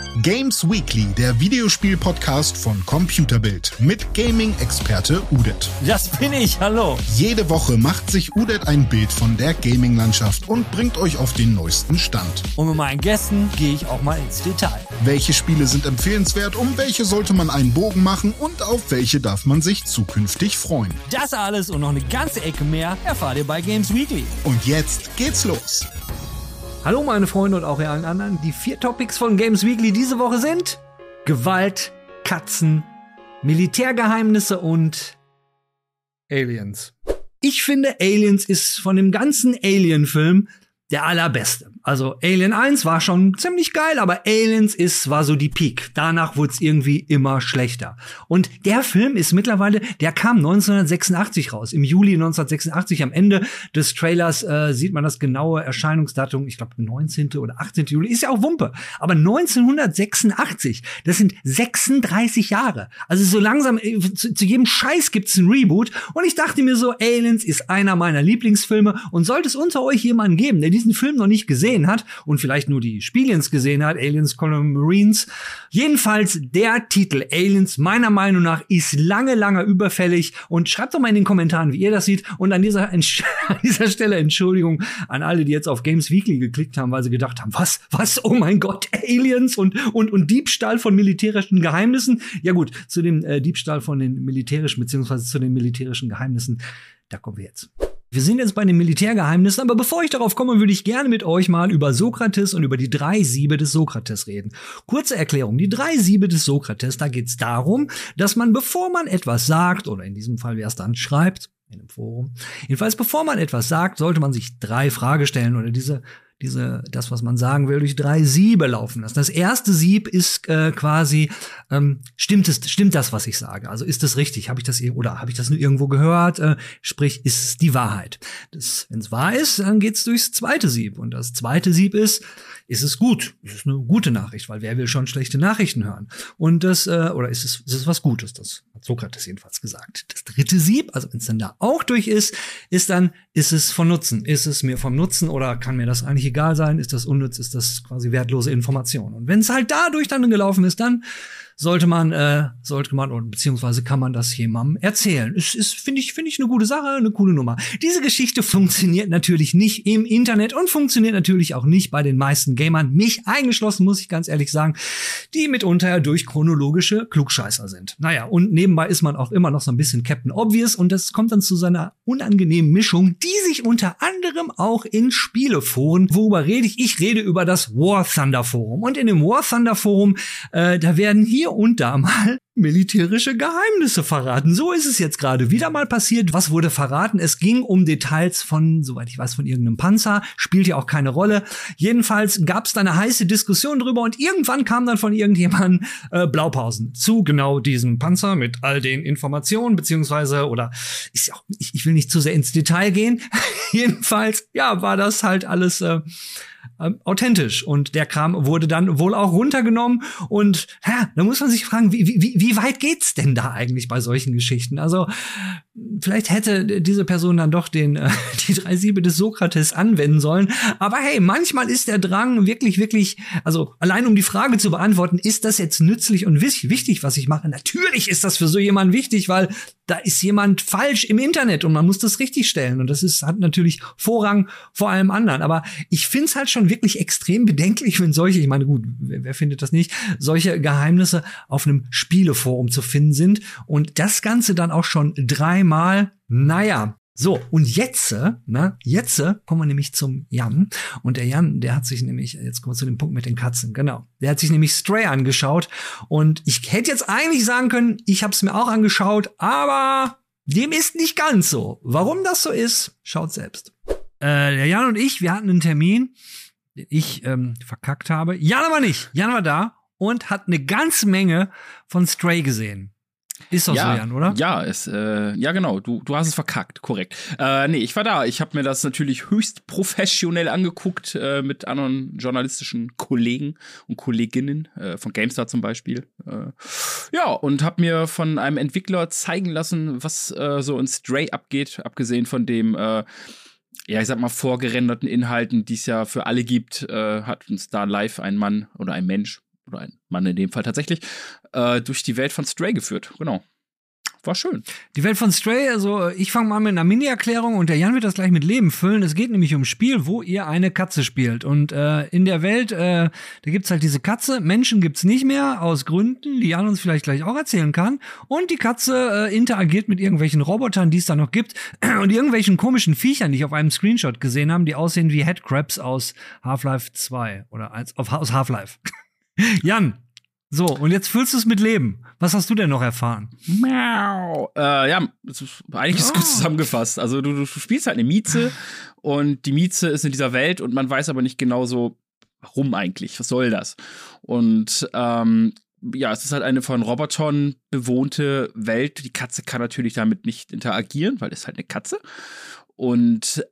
Games Weekly, der Videospiel-Podcast von Computerbild mit Gaming-Experte Udet. Das bin ich, hallo. Jede Woche macht sich Udet ein Bild von der Gaming-Landschaft und bringt euch auf den neuesten Stand. Und mit meinen Gästen gehe ich auch mal ins Detail. Welche Spiele sind empfehlenswert, um welche sollte man einen Bogen machen und auf welche darf man sich zukünftig freuen? Das alles und noch eine ganze Ecke mehr erfahrt ihr bei Games Weekly. Und jetzt geht's los. Hallo meine Freunde und auch ihr allen anderen. Die 4 Topics von Games Weekly diese Woche sind Gewalt, Katzen, Militärgeheimnisse und Aliens. Ich finde, Aliens ist von dem ganzen Alien-Film der allerbeste. Also Alien 1 war schon ziemlich geil, aber Aliens war so die Peak. Danach wurde es irgendwie immer schlechter. Und der Film ist mittlerweile, der kam 1986 raus. Im Juli 1986, am Ende des Trailers sieht man das genaue Erscheinungsdatum. Ich glaube 19. oder 18. Juli. Ist ja auch Wumpe. Aber 1986, das sind 36 Jahre. Also so langsam, zu jedem Scheiß gibt's ein Reboot. Und ich dachte mir so, Aliens ist einer meiner Lieblingsfilme. Und sollte es unter euch jemanden geben, der diesen Film noch nicht gesehen hat und vielleicht nur die Spielens gesehen hat, Aliens Colonial Marines. Jedenfalls der Titel Aliens meiner Meinung nach ist lange überfällig und schreibt doch mal in den Kommentaren, wie ihr das seht. Und an dieser Stelle Entschuldigung an alle, die jetzt auf Games Weekly geklickt haben, weil sie gedacht haben, was, oh mein Gott, Aliens und Diebstahl von militärischen Geheimnissen. Ja gut, zu dem Diebstahl von den militärischen beziehungsweise zu den militärischen Geheimnissen, da kommen wir jetzt. Wir sind jetzt bei den Militärgeheimnissen, aber bevor ich darauf komme, würde ich gerne mit euch mal über Sokrates und über die 3 Siebe des Sokrates reden. Kurze Erklärung, die 3 Siebe des Sokrates, da geht es darum, dass man, bevor man etwas sagt, oder in diesem Fall, wer es dann schreibt, in einem Forum, jedenfalls bevor man etwas sagt, sollte man sich 3 Fragen stellen oder das, was man sagen will, durch 3 Siebe laufen lassen. Das erste Sieb ist quasi, stimmt das, was ich sage? Also ist das richtig? Habe ich das nur irgendwo gehört? Sprich, ist es die Wahrheit? Wenn es wahr ist, dann geht's durchs zweite Sieb. Und das zweite Sieb ist es gut? Ist es eine gute Nachricht? Weil wer will schon schlechte Nachrichten hören? Und ist es was Gutes? Das hat Sokrates jedenfalls gesagt. Das dritte Sieb, also wenn es dann da auch durch ist es von Nutzen? Ist es mir vom Nutzen oder kann mir das eigentlich egal sein? Ist das unnütz? Ist das quasi wertlose Information? Und wenn es halt dadurch dann gelaufen ist, dann sollte man oder beziehungsweise kann man das jemandem erzählen. Finde ich eine gute Sache, eine coole Nummer. Diese Geschichte funktioniert natürlich nicht im Internet und funktioniert natürlich auch nicht bei den meisten Gamern, mich eingeschlossen, muss ich ganz ehrlich sagen, die mitunter ja durch chronologische Klugscheißer sind. Naja, und nebenbei ist man auch immer noch so ein bisschen Captain Obvious und das kommt dann zu seiner unangenehmen Mischung, die sich unter anderem auch in Spieleforen, worüber rede ich? Ich rede über das War Thunder Forum. Und in dem War Thunder Forum, da werden hier und da mal militärische Geheimnisse verraten. So ist es jetzt gerade wieder mal passiert. Was wurde verraten? Es ging um Details von, soweit ich weiß, von irgendeinem Panzer. Spielt ja auch keine Rolle. Jedenfalls gab es da eine heiße Diskussion drüber und irgendwann kam dann von irgendjemandem Blaupausen zu genau diesem Panzer mit all den Informationen, beziehungsweise, oder ist ja auch, ich will nicht zu sehr ins Detail gehen. Jedenfalls, ja, war das halt alles authentisch und der Kram wurde dann wohl auch runtergenommen und da muss man sich fragen, wie weit geht's denn da eigentlich bei solchen Geschichten? Also vielleicht hätte diese Person dann doch die 3 Siebe des Sokrates anwenden sollen, aber hey, manchmal ist der Drang wirklich, also allein um die Frage zu beantworten, ist das jetzt nützlich und wichtig, was ich mache? Natürlich ist das für so jemanden wichtig, weil da ist jemand falsch im Internet und man muss das richtig stellen und das hat natürlich Vorrang vor allem anderen, aber ich find's halt schon wirklich extrem bedenklich, wenn ich meine, gut, wer findet das nicht, solche Geheimnisse auf einem Spieleforum zu finden sind und das Ganze dann auch schon 3-mal, naja. So, und jetzt kommen wir nämlich zum Jan. Und der Jan, der hat sich nämlich, jetzt kommen wir zu dem Punkt mit den Katzen, genau. Der hat sich nämlich Stray angeschaut und ich hätte jetzt eigentlich sagen können, ich habe es mir auch angeschaut, aber dem ist nicht ganz so. Warum das so ist, schaut selbst. Der Jan und ich, wir hatten einen Termin, den ich verkackt habe. Jan aber nicht. Jan war da und hat eine ganze Menge von Stray gesehen. Ist doch ja, so, Jan, oder? Ja, ja genau, du hast es verkackt, korrekt. Nee, ich war da, ich habe mir das natürlich höchst professionell angeguckt mit anderen journalistischen Kollegen und Kolleginnen, von GameStar zum Beispiel. Ja, und habe mir von einem Entwickler zeigen lassen, was so in Stray abgeht, abgesehen von dem ja, ich sag mal, vorgerenderten Inhalten, die es ja für alle gibt, hat uns da live ein Mann oder ein Mensch, oder ein Mann in dem Fall tatsächlich, durch die Welt von Stray geführt. Genau. War schön. Die Welt von Stray, also ich fange mal an mit einer Mini-Erklärung und der Jan wird das gleich mit Leben füllen. Es geht nämlich um ein Spiel, wo ihr eine Katze spielt. Und in der Welt, da gibt's halt diese Katze. Menschen gibt's nicht mehr, aus Gründen, die Jan uns vielleicht gleich auch erzählen kann. Und die Katze interagiert mit irgendwelchen Robotern, die es da noch gibt. Und irgendwelchen komischen Viechern, die ich auf einem Screenshot gesehen habe, die aussehen wie Headcrabs aus Half-Life 2 oder aus Half-Life. Jan, so, und jetzt füllst du es mit Leben. Was hast du denn noch erfahren? Miau. Das ist eigentlich ist gut zusammengefasst. Also du spielst halt eine Mieze und die Mieze ist in dieser Welt und man weiß aber nicht genau so, warum eigentlich, was soll das? Und es ist halt eine von Robotern bewohnte Welt. Die Katze kann natürlich damit nicht interagieren, weil es halt eine Katze. Und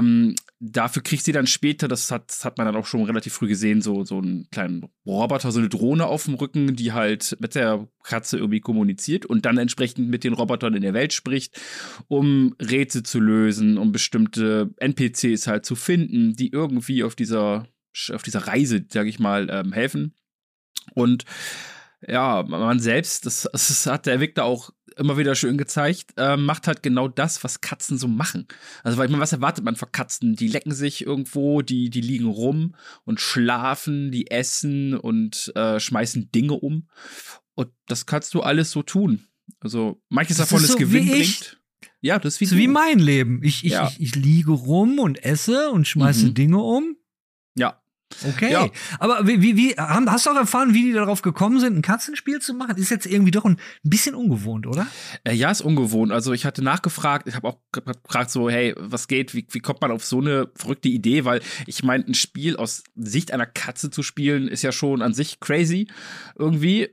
dafür kriegt sie dann später, das hat man dann auch schon relativ früh gesehen, so einen kleinen Roboter, so eine Drohne auf dem Rücken, die halt mit der Katze irgendwie kommuniziert und dann entsprechend mit den Robotern in der Welt spricht, um Rätsel zu lösen, um bestimmte NPCs halt zu finden, die irgendwie auf dieser Reise, sag ich mal, helfen. Und ja, man selbst, das hat der Entwickler auch immer wieder schön gezeigt, macht halt genau das, was Katzen so machen. Also, weil ich meine, was erwartet man von Katzen? Die lecken sich irgendwo, die liegen rum und schlafen, die essen und schmeißen Dinge um. Und das kannst du alles so tun. Also, manches davon ist gewinnbringend. Ja, das ist wie mein Leben. Ich liege rum und esse und schmeiße Dinge um. Ja. Okay, ja. Aber hast du auch erfahren, wie die darauf gekommen sind, ein Katzenspiel zu machen? Ist jetzt irgendwie doch ein bisschen ungewohnt, oder? Ja, ist ungewohnt. Also ich hatte nachgefragt, ich habe auch gefragt so, hey, was geht, wie kommt man auf so eine verrückte Idee? Weil ich meine, ein Spiel aus Sicht einer Katze zu spielen, ist ja schon an sich crazy irgendwie.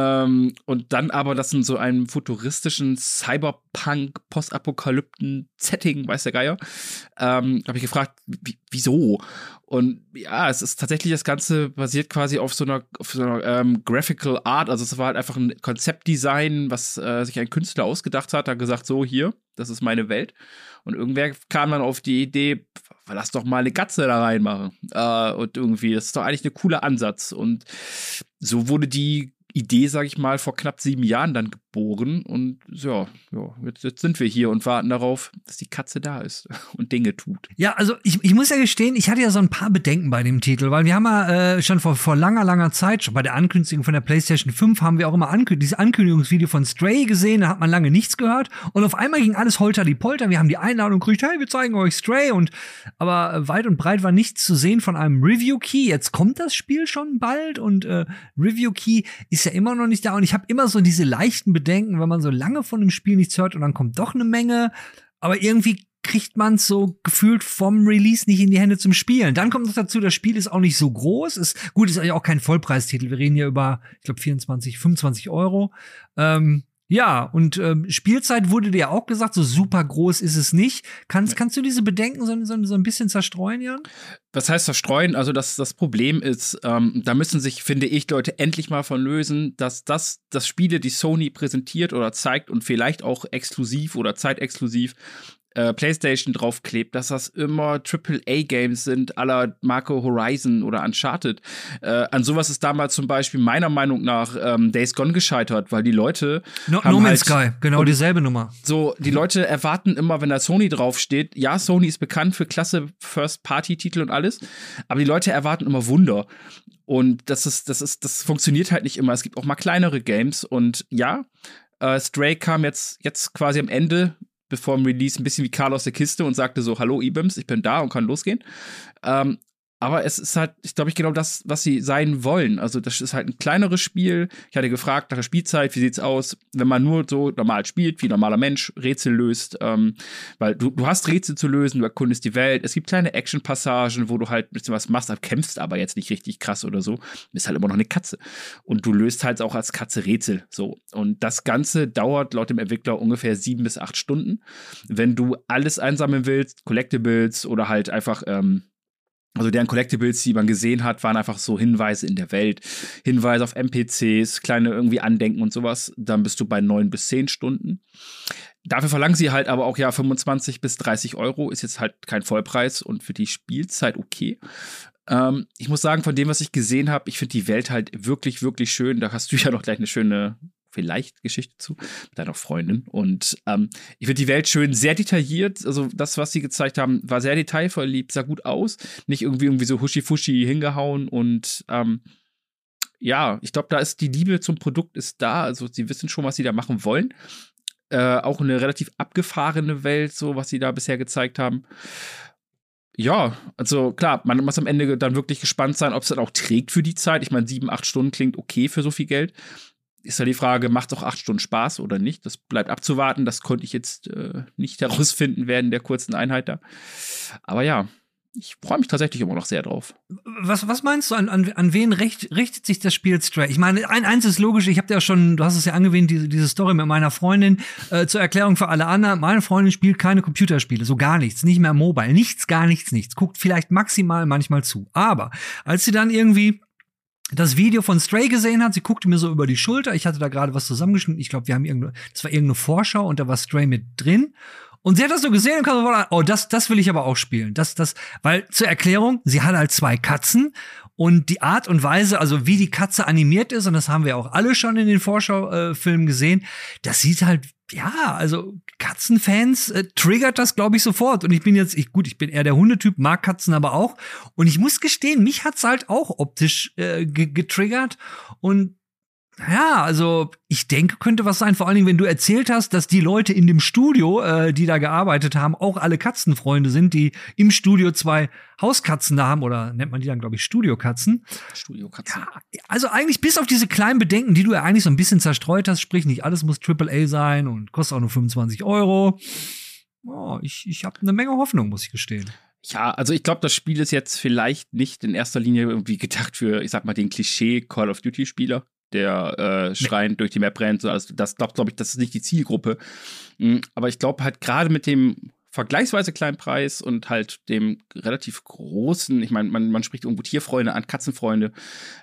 Und dann aber das in so einem futuristischen Cyberpunk, Postapokalypten-Setting, weiß der Geier, habe ich gefragt, wieso? Und ja, es ist tatsächlich, das Ganze basiert quasi auf so einer Graphical Art, also es war halt einfach ein Konzeptdesign, was sich ein Künstler ausgedacht hat gesagt, so hier, das ist meine Welt. Und irgendwer kam dann auf die Idee, lass doch mal eine Katze da reinmachen. Und irgendwie, das ist doch eigentlich ein cooler Ansatz. Und so wurde die Idee, sag ich mal, vor knapp 7 Jahren dann geboren und jetzt sind wir hier und warten darauf, dass die Katze da ist und Dinge tut. Ja, also ich muss ja gestehen, ich hatte ja so ein paar Bedenken bei dem Titel, weil wir haben ja schon vor langer Zeit, schon bei der Ankündigung von der PlayStation 5 haben wir auch immer dieses Ankündigungsvideo von Stray gesehen, da hat man lange nichts gehört und auf einmal ging alles holter die Polter, wir haben die Einladung gekriegt, hey, wir zeigen euch Stray aber weit und breit war nichts zu sehen von einem Review-Key, jetzt kommt das Spiel schon bald und Review-Key ist ja immer noch nicht da und ich habe immer so diese leichten Bedenken, wenn man so lange von einem Spiel nichts hört und dann kommt doch eine Menge, aber irgendwie kriegt man es so gefühlt vom Release nicht in die Hände zum Spielen. Dann kommt noch dazu, das Spiel ist auch nicht so groß, ist eigentlich auch kein Vollpreistitel, wir reden hier über, ich glaube 24, 25 Euro. Ja, und Spielzeit wurde dir ja auch gesagt, so super groß ist es nicht. Kannst du diese Bedenken so ein bisschen zerstreuen, Jan? Was heißt zerstreuen? Also das Problem ist, da müssen sich, finde ich, Leute endlich mal von lösen, dass das Spiele, die Sony präsentiert oder zeigt und vielleicht auch exklusiv oder zeitexklusiv PlayStation draufklebt, dass das immer AAA-Games sind, aller Marke Horizon oder Uncharted. An sowas ist damals zum Beispiel meiner Meinung nach Days Gone gescheitert, weil die Leute No Man's Sky, genau dieselbe Nummer. So, die Leute erwarten immer, wenn da Sony draufsteht, ja, Sony ist bekannt für klasse First-Party-Titel und alles, aber die Leute erwarten immer Wunder. Und das funktioniert halt nicht immer. Es gibt auch mal kleinere Games und ja, Stray kam jetzt quasi am Ende bevor dem Release ein bisschen wie Karl aus der Kiste und sagte so, hallo Ibims, ich bin da und kann losgehen. Aber es ist halt, ich glaube, genau das, was sie sein wollen. Also das ist halt ein kleineres Spiel. Ich hatte gefragt nach der Spielzeit, wie sieht's aus, wenn man nur so normal spielt, wie ein normaler Mensch, Rätsel löst. Weil du hast Rätsel zu lösen, du erkundest die Welt. Es gibt kleine Action-Passagen, wo du halt ein bisschen was machst, kämpfst aber jetzt nicht richtig krass oder so. Bist halt immer noch eine Katze. Und du löst halt auch als Katze Rätsel. So. Und das Ganze dauert laut dem Entwickler ungefähr 7 bis 8 Stunden. Wenn du alles einsammeln willst, Collectibles oder halt einfach also deren Collectibles, die man gesehen hat, waren einfach so Hinweise in der Welt, Hinweise auf NPCs, kleine irgendwie Andenken und sowas. Dann bist du bei 9 bis 10 Stunden. Dafür verlangen sie halt aber auch 25 bis 30 Euro. Ist jetzt halt kein Vollpreis und für die Spielzeit okay. Ich muss sagen, von dem, was ich gesehen habe, ich finde die Welt halt wirklich, wirklich schön. Da hast du ja noch gleich eine schöne, vielleicht Geschichte zu, mit deiner Freundin. Und ich finde die Welt schön, sehr detailliert. Also das, was sie gezeigt haben, war sehr detailverliebt, sah gut aus. Nicht irgendwie so huschi-fuschi hingehauen. Und ja, ich glaube, da ist die Liebe zum Produkt ist da. Also sie wissen schon, was sie da machen wollen. Auch eine relativ abgefahrene Welt, so was sie da bisher gezeigt haben. Ja, also klar, man muss am Ende dann wirklich gespannt sein, ob es dann auch trägt für die Zeit. Ich meine, 7-8 Stunden klingt okay für so viel Geld. Ist ja die Frage, macht auch 8 Stunden Spaß oder nicht? Das bleibt abzuwarten. Das konnte ich jetzt nicht herausfinden während der kurzen Einheit da. Aber ja, ich freue mich tatsächlich immer noch sehr drauf. Was meinst du, an wen richtet sich das Spiel Stray? Ich meine, eins ist logisch, ich habe ja schon, du hast es ja angewähnt, diese Story mit meiner Freundin, zur Erklärung für alle anderen, meine Freundin spielt keine Computerspiele, so gar nichts, nicht mehr Mobile, nichts, guckt vielleicht maximal manchmal zu. Aber als sie dann irgendwie das Video von Stray gesehen hat, sie guckte mir so über die Schulter, ich hatte da gerade was zusammengeschnitten, ich glaube, das war irgendeine Vorschau und da war Stray mit drin. Und sie hat das so gesehen und kam so, oh, das will ich aber auch spielen. Weil zur Erklärung, sie hat halt 2 Katzen und die Art und Weise, also wie die Katze animiert ist, und das haben wir auch alle schon in den Vorschau-Filmen gesehen, das sieht halt, ja, also Katzenfans triggert das, glaube ich, sofort. Und ich bin eher der Hundetyp, mag Katzen aber auch. Und ich muss gestehen, mich hat's halt auch optisch getriggert. Und ja, also ich denke, könnte was sein, vor allen Dingen, wenn du erzählt hast, dass die Leute in dem Studio, die da gearbeitet haben, auch alle Katzenfreunde sind, die im Studio 2 Hauskatzen da haben, oder nennt man die dann, glaube ich, Studiokatzen. Studiokatzen. Ja, also eigentlich bis auf diese kleinen Bedenken, die du ja eigentlich so ein bisschen zerstreut hast, sprich nicht alles muss AAA sein und kostet auch nur 25 €. Oh, ich habe eine Menge Hoffnung, muss ich gestehen. Ja, also ich glaube, das Spiel ist jetzt vielleicht nicht in erster Linie irgendwie gedacht für, ich sag mal, den Klischee-Call of Duty-Spieler, der schreiend durch die Map rennt. Also das glaube ich, das ist nicht die Zielgruppe. Aber ich glaube halt gerade mit dem vergleichsweise kleinen Preis und halt dem relativ großen, ich meine, man spricht irgendwo Tierfreunde an, Katzenfreunde,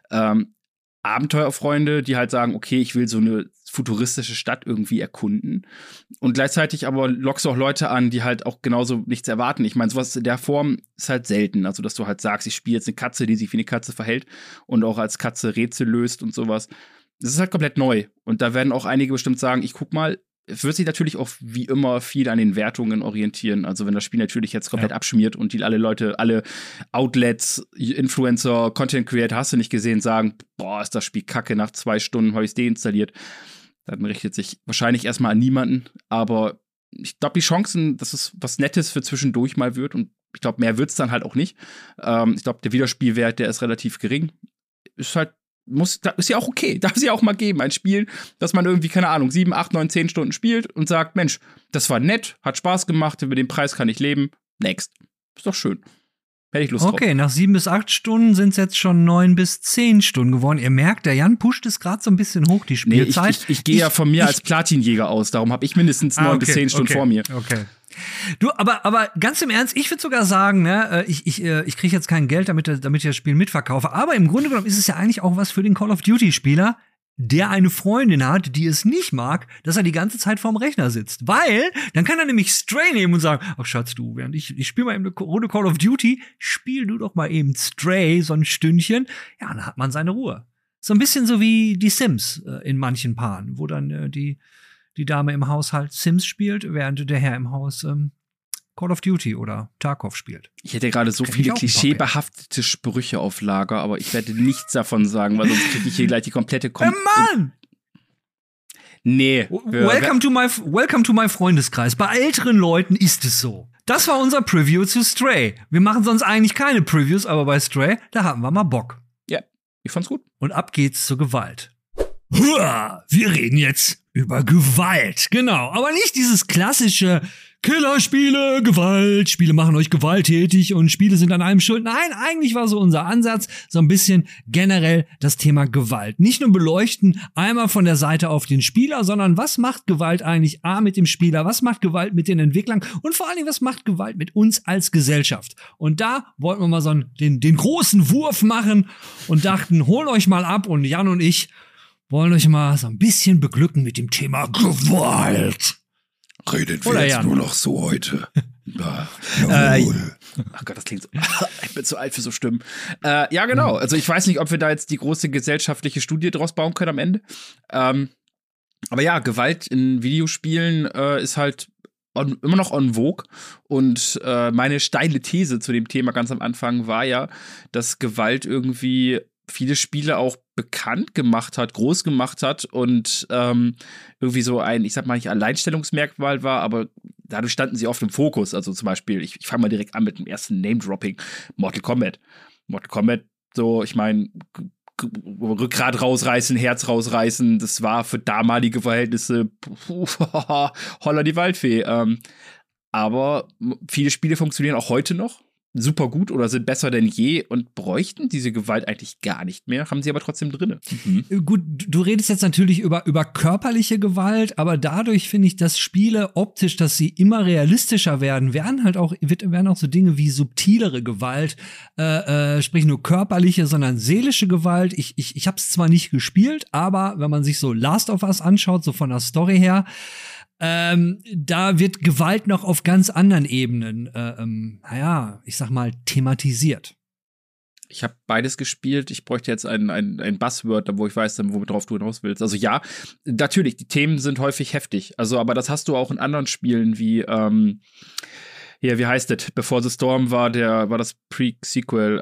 Abenteuerfreunde, die halt sagen, okay, ich will so eine futuristische Stadt irgendwie erkunden. Und gleichzeitig aber lockst du auch Leute an, die halt auch genauso nichts erwarten. Ich meine, sowas in der Form ist halt selten. Also, dass du halt sagst, ich spiele jetzt eine Katze, die sich wie eine Katze verhält und auch als Katze Rätsel löst und sowas. Das ist halt komplett neu. Und da werden auch einige bestimmt sagen, ich guck mal, es wird sich natürlich auch wie immer viel an den Wertungen orientieren. Also wenn das Spiel natürlich jetzt komplett abschmiert und die alle Outlets, Influencer, Content Creator, hast du nicht gesehen, sagen, boah, ist das Spiel kacke, nach 2 Stunden habe ich es deinstalliert. Dann richtet sich wahrscheinlich erstmal an niemanden. Aber ich glaube, die Chancen, dass es was Nettes für zwischendurch mal wird, und ich glaube, mehr wird es dann halt auch nicht. Ich glaube, der Wiederspielwert, der ist relativ gering. Ist halt ist ja auch okay, darf es ja auch mal geben, ein Spiel, das man irgendwie, keine Ahnung, 7, 8, 9, 10 Stunden spielt und sagt, Mensch, das war nett, hat Spaß gemacht, über den Preis kann ich leben, next. Ist doch schön. Hätte ich Lust drauf. Okay, nach 7 bis 8 Stunden sind es jetzt schon 9 bis 10 Stunden geworden. Ihr merkt, der Jan pusht es gerade so ein bisschen hoch, die Spielzeit. Nee, ich gehe ja von mir als Platinjäger aus, darum habe ich mindestens 9 bis 10 Stunden vor mir. Okay. Du, aber ganz im Ernst, ich würde sogar sagen, ne, ich kriege jetzt kein Geld, damit ich das Spiel mitverkaufe. Aber im Grunde genommen ist es ja eigentlich auch was für den Call of Duty-Spieler, der eine Freundin hat, die es nicht mag, dass er die ganze Zeit vorm Rechner sitzt. Weil, dann kann er nämlich Stray nehmen und sagen, ach Schatz, du, während ich spiele mal eben eine Runde Call of Duty, spiel du doch mal eben Stray, so ein Stündchen. Ja, dann hat man seine Ruhe. So ein bisschen so wie die Sims in manchen Paaren, wo dann die Dame im Haushalt Sims spielt, während der Herr im Haus Call of Duty oder Tarkov spielt. Ich hätte gerade so viele klischeebehaftete Sprüche auf Lager, aber ich werde nichts davon sagen, weil sonst kriege ich hier gleich die komplette Mann! Nee. Welcome to my Freundeskreis. Bei älteren Leuten ist es so. Das war unser Preview zu Stray. Wir machen sonst eigentlich keine Previews, aber bei Stray, da hatten wir mal Bock. Ja, ich fand's gut. Und ab geht's zur Gewalt. Wir reden jetzt über Gewalt, genau. Aber nicht dieses klassische Killerspiele, Gewalt, Spiele machen euch gewalttätig und Spiele sind an allem schuld. Nein, eigentlich war so unser Ansatz so ein bisschen generell das Thema Gewalt. Nicht nur beleuchten, einmal von der Seite auf den Spieler, sondern was macht Gewalt eigentlich mit dem Spieler, was macht Gewalt mit den Entwicklern und vor allen Dingen, was macht Gewalt mit uns als Gesellschaft. Und da wollten wir mal so den großen Wurf machen und dachten, holt euch mal ab, und Jan und ich wollen euch mal so ein bisschen beglücken mit dem Thema Gewalt. Redet wir jetzt nur noch so heute? Ach Gott, das klingt so. Ich bin zu alt für so Stimmen. Ja, genau. Also ich weiß nicht, ob wir da jetzt die große gesellschaftliche Studie draus bauen können am Ende. Aber ja, Gewalt in Videospielen ist halt immer noch en vogue. Und meine steile These zu dem Thema ganz am Anfang war ja, dass Gewalt irgendwie viele Spiele auch bekannt gemacht hat, groß gemacht hat und irgendwie so ein, ich sag mal nicht Alleinstellungsmerkmal war, aber dadurch standen sie oft im Fokus. Also zum Beispiel, ich fange mal direkt an mit dem ersten Name-Dropping, Mortal Kombat. Mortal Kombat, so, ich meine, Rückgrat rausreißen, Herz rausreißen, das war für damalige Verhältnisse holla die Waldfee. Aber viele Spiele funktionieren auch heute noch super gut oder sind besser denn je und bräuchten diese Gewalt eigentlich gar nicht mehr, haben sie aber trotzdem drin. Gut, du redest jetzt natürlich über körperliche Gewalt, aber dadurch finde ich, dass Spiele optisch, dass sie immer realistischer werden, werden auch so Dinge wie subtilere Gewalt, sprich nur körperliche, sondern seelische Gewalt. Ich habe es zwar nicht gespielt, aber wenn man sich so Last of Us anschaut, so von der Story her, da wird Gewalt noch auf ganz anderen Ebenen, ich sag mal, thematisiert. Ich habe beides gespielt. Ich bräuchte jetzt ein Buzzword, wo ich weiß, worauf du hinaus willst. Also ja, natürlich, die Themen sind häufig heftig. Also, aber das hast du auch in anderen Spielen wie, wie heißt es? Before the Storm war das Pre-Sequel.